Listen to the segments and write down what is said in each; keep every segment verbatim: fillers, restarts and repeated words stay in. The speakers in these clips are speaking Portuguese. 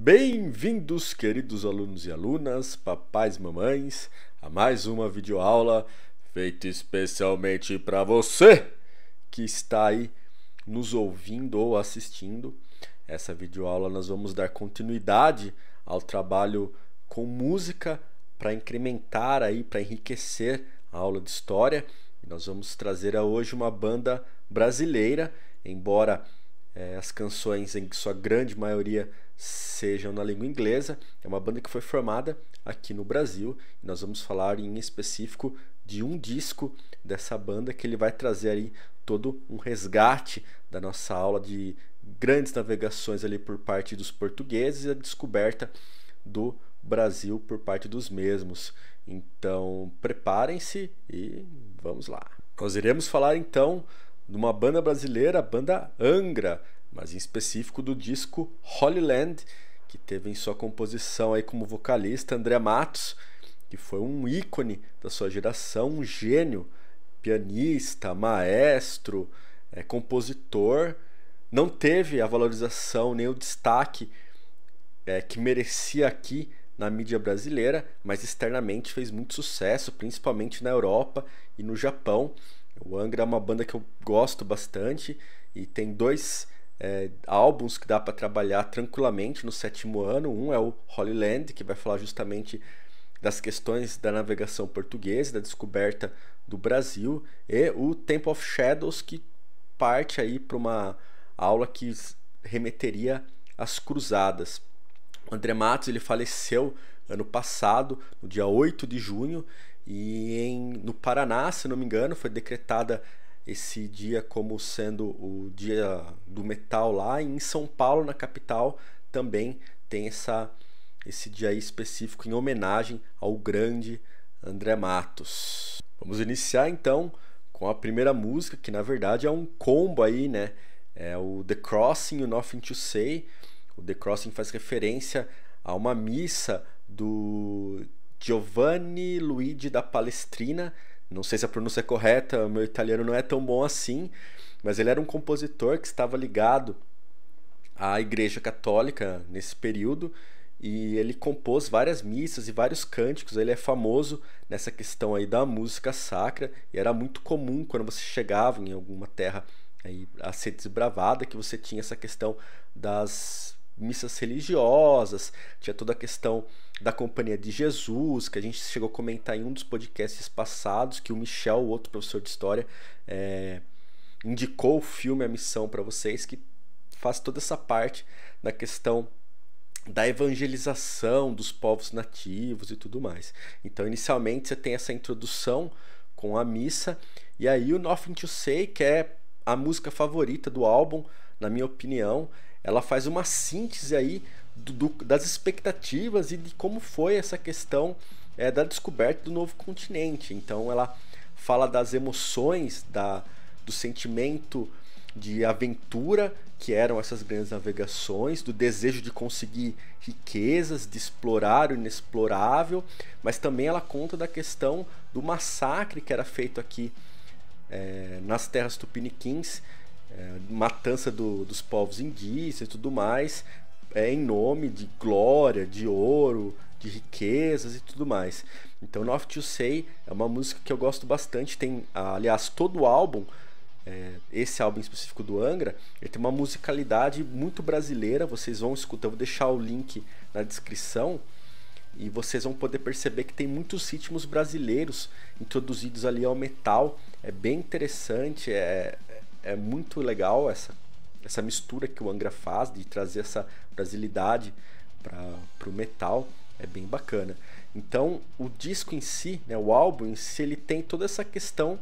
Bem-vindos, queridos alunos e alunas, papais e mamães, a mais uma videoaula feita especialmente para você que está aí nos ouvindo ou assistindo. Essa videoaula nós vamos dar continuidade ao trabalho com música para incrementar aí, para enriquecer a aula de história. Nós vamos trazer hoje uma banda brasileira, embora é, as canções em sua grande maioria sejam na língua inglesa. É uma banda que foi formada aqui no Brasil e nós vamos falar em específico de um disco dessa banda que ele vai trazer aí todo um resgate da nossa aula de grandes navegações ali por parte dos portugueses e a descoberta do Brasil por parte dos mesmos. Então preparem-se e vamos lá. Nós iremos falar então de uma banda brasileira, a banda Angra, mas em específico do disco Holy Land, que teve em sua composição aí como vocalista André Matos, que foi um ícone da sua geração, um gênio, pianista, maestro, é, compositor. Não teve a valorização nem o destaque é, que merecia aqui na mídia brasileira, mas externamente fez muito sucesso, principalmente na Europa e no Japão. O Angra é uma banda que eu gosto bastante e tem dois é, álbuns que dá para trabalhar tranquilamente no sétimo ano. Um é o Holy Land, que vai falar justamente das questões da navegação portuguesa, da descoberta do Brasil, e o Temple of Shadows, que parte aí para uma aula que remeteria às cruzadas. O André Matos ele faleceu ano passado, no dia oito de junho, e em, no Paraná, se não me engano, foi decretada esse dia como sendo o dia do metal lá, e em São Paulo, na capital, também tem essa, esse dia aí específico em homenagem ao grande André Matos. Vamos iniciar então com a primeira música, que na verdade é um combo aí, né? É o The Crossing e o Nothing to Say. O The Crossing faz referência a uma missa do Giovanni Luigi da Palestrina. Não sei se a pronúncia é correta, o meu italiano não é tão bom assim, mas ele era um compositor que estava ligado à Igreja Católica nesse período e ele compôs várias missas e vários cânticos. Ele é famoso nessa questão aí da música sacra e era muito comum quando você chegava em alguma terra aí a ser desbravada que você tinha essa questão das missas religiosas, tinha toda a questão da Companhia de Jesus, que a gente chegou a comentar em um dos podcasts passados, que o Michel, o outro professor de história, é, indicou o filme A Missão para vocês, que faz toda essa parte da questão da evangelização dos povos nativos e tudo mais. Então, inicialmente, você tem essa introdução com a missa, e aí o Nothing to Say, que é a música favorita do álbum, na minha opinião, ela faz uma síntese aí do, do, das expectativas e de como foi essa questão é, da descoberta do novo continente. Então ela fala das emoções, da, do sentimento de aventura que eram essas grandes navegações, do desejo de conseguir riquezas, de explorar o inexplorável, mas também ela conta da questão do massacre que era feito aqui é, nas terras tupiniquins, É, matança do, dos povos indígenas e tudo mais, é, em nome de glória, de ouro, de riquezas e tudo mais. Então Nothing to Say é uma música que eu gosto bastante. Tem, aliás, todo o álbum, é, esse álbum específico do Angra, ele tem uma musicalidade muito brasileira. Vocês vão escutar, eu vou deixar o link na descrição e vocês vão poder perceber que tem muitos ritmos brasileiros introduzidos ali ao metal. É bem interessante, é É muito legal essa, essa mistura que o Angra faz de trazer essa brasilidade para o metal. É bem bacana. Então o disco em si, né, o álbum em si, ele tem toda essa questão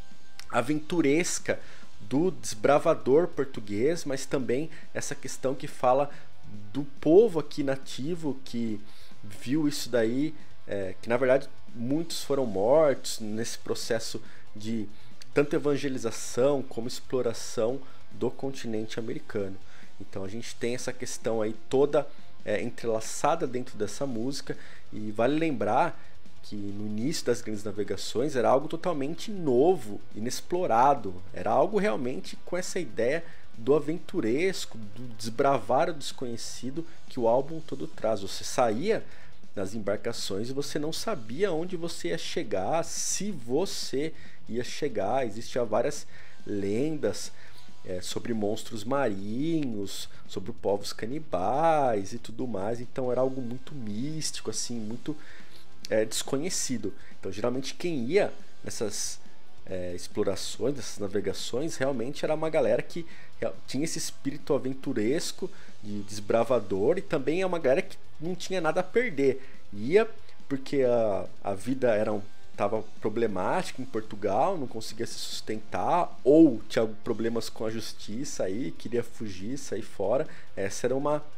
aventuresca do desbravador português, mas também essa questão que fala do povo aqui nativo que viu isso daí, é, que na verdade muitos foram mortos nesse processo de tanto evangelização como exploração do continente americano. Então a gente tem essa questão aí toda é, entrelaçada dentro dessa música, e vale lembrar que no início das grandes navegações era algo totalmente novo, inexplorado, era algo realmente com essa ideia do aventuresco, do desbravar o desconhecido que o álbum todo traz. Você saía nas embarcações e você não sabia onde você ia chegar, se você ia chegar. Existiam várias lendas é, sobre monstros marinhos, sobre povos canibais e tudo mais. Então era algo muito místico, assim, muito é, desconhecido. Então geralmente quem ia nessas é, explorações, nessas navegações, realmente era uma galera que tinha esse espírito aventuresco, de desbravador, e também é uma galera que não tinha nada a perder. Ia porque a, a vida era um, tava problemática em Portugal, não conseguia se sustentar, ou tinha problemas com a justiça aí, queria fugir, sair fora. Essa era uma,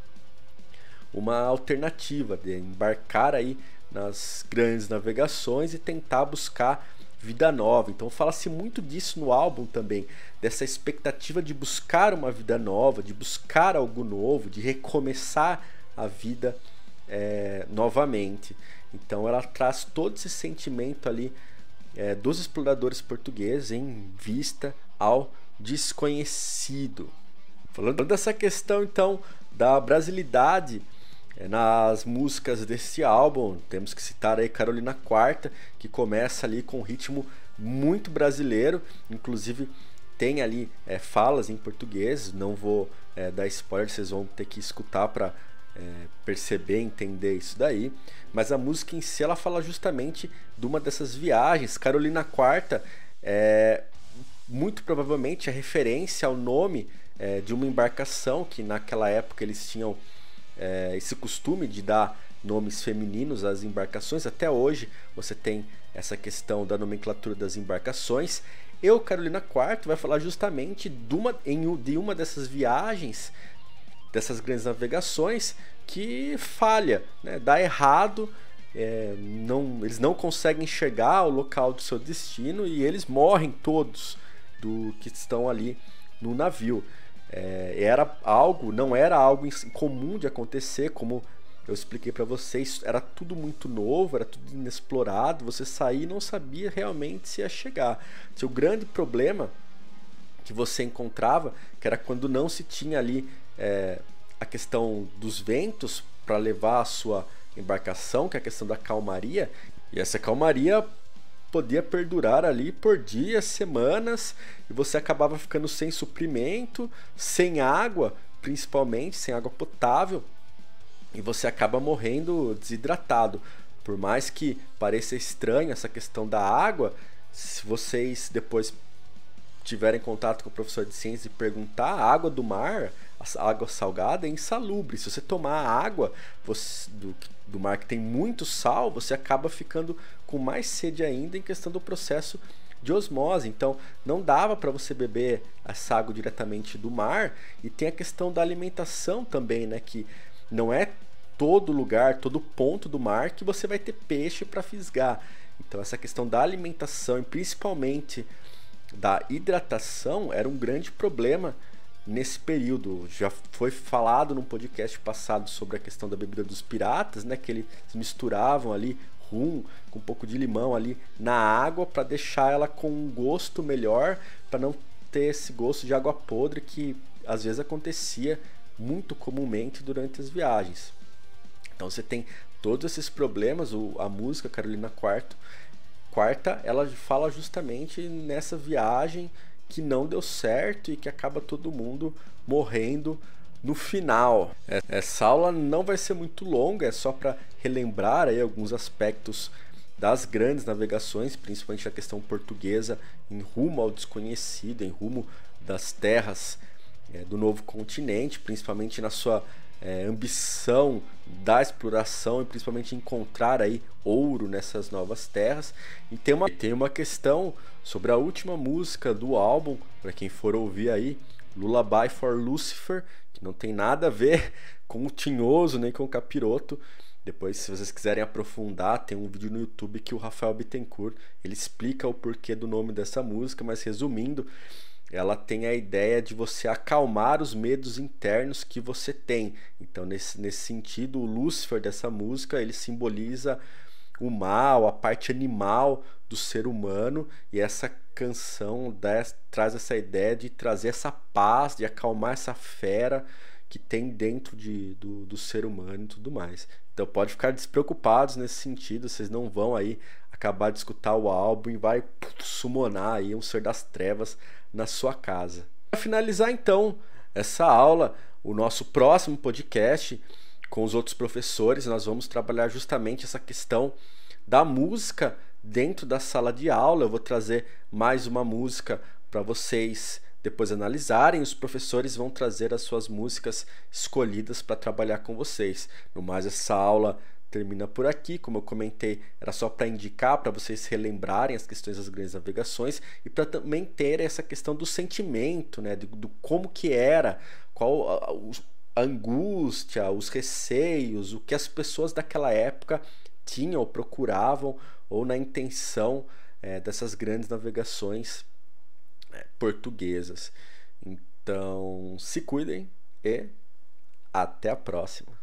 uma alternativa de embarcar aí nas grandes navegações e tentar buscar vida nova. Então fala-se muito disso no álbum também, dessa expectativa de buscar uma vida nova, de buscar algo novo, de recomeçar a vida é, novamente. Então ela traz todo esse sentimento ali é, dos exploradores portugueses em vista ao desconhecido. Falando dessa questão então da brasilidade é, nas músicas desse álbum, temos que citar aí Carolina Quarta, que começa ali com um ritmo muito brasileiro, inclusive tem ali é, falas em português. Não vou é, dar spoiler, vocês vão ter que escutar para é, perceber, entender isso daí. Mas a música em si, ela fala justamente de uma dessas viagens. Carolina Quarta é muito provavelmente a referência ao nome é, de uma embarcação que naquela época eles tinham é, esse costume de dar nomes femininos às embarcações. Até hoje você tem essa questão da nomenclatura das embarcações. Eu, Carolina Quarta, vai falar justamente de uma, em, de uma dessas viagens, dessas grandes navegações, que falha, né? Dá errado, é, não, eles não conseguem chegar ao local do seu destino e eles morrem todos do que estão ali no navio. É, era algo, não era algo comum de acontecer, como eu expliquei para vocês, era tudo muito novo, era tudo inexplorado, você saía e não sabia realmente se ia chegar. O grande problema que você encontrava, que era quando não se tinha ali é, a questão dos ventos para levar a sua embarcação, que é a questão da calmaria, e essa calmaria podia perdurar ali por dias, semanas, e você acabava ficando sem suprimento, sem água, principalmente, sem água potável, e você acaba morrendo desidratado. Por mais que pareça estranho essa questão da água, se vocês depois tiverem contato com o professor de ciências e perguntar, a água do mar, a água salgada é insalubre. Se você tomar a água você, do, do mar que tem muito sal, você acaba ficando com mais sede ainda em questão do processo de osmose. Então não dava para você beber essa água diretamente do mar. E tem a questão da alimentação também, né, que não é todo lugar, todo ponto do mar que você vai ter peixe para fisgar. Então essa questão da alimentação e principalmente da hidratação era um grande problema nesse período. Já foi falado num podcast passado sobre a questão da bebida dos piratas, né, que eles misturavam ali rum com um pouco de limão ali na água para deixar ela com um gosto melhor, para não ter esse gosto de água podre que às vezes acontecia muito comumente durante as viagens. Então você tem todos esses problemas. A música Carolina Quarta, Quarta ela fala justamente nessa viagem que não deu certo e que acaba todo mundo morrendo no final. Essa aula não vai ser muito longa, é só para relembrar aí alguns aspectos das grandes navegações, principalmente a questão portuguesa em rumo ao desconhecido, em rumo das terras é, do novo continente, principalmente na sua é, ambição da exploração e principalmente encontrar aí ouro nessas novas terras. E tem uma, tem uma questão sobre a última música do álbum, para quem for ouvir aí, Lullaby for Lucifer, que não tem nada a ver com o Tinhoso nem com o Capiroto. Depois, se vocês quiserem aprofundar, tem um vídeo no YouTube que o Rafael Bittencourt ele explica o porquê do nome dessa música, mas resumindo, ela tem a ideia de você acalmar os medos internos que você tem. Então, nesse, nesse sentido, o Lúcifer dessa música, ele simboliza o mal, a parte animal do ser humano, e essa canção des, traz essa ideia de trazer essa paz, de acalmar essa fera que tem dentro de, do, do ser humano e tudo mais. Então pode ficar despreocupados nesse sentido, vocês não vão aí acabar de escutar o álbum e vai summonar aí um ser das trevas na sua casa. Para finalizar então essa aula, o nosso próximo podcast com os outros professores, nós vamos trabalhar justamente essa questão da música dentro da sala de aula. Eu vou trazer mais uma música para vocês depois analisarem. Os professores vão trazer as suas músicas escolhidas para trabalhar com vocês. No mais, essa aula termina por aqui. Como eu comentei, era só para indicar, para vocês relembrarem as questões das grandes navegações e para também ter essa questão do sentimento, né, do, do como que era, qual a, a angústia, os receios, o que as pessoas daquela época tinham ou procuravam, ou na intenção é, dessas grandes navegações é, portuguesas. Então, se cuidem e até a próxima.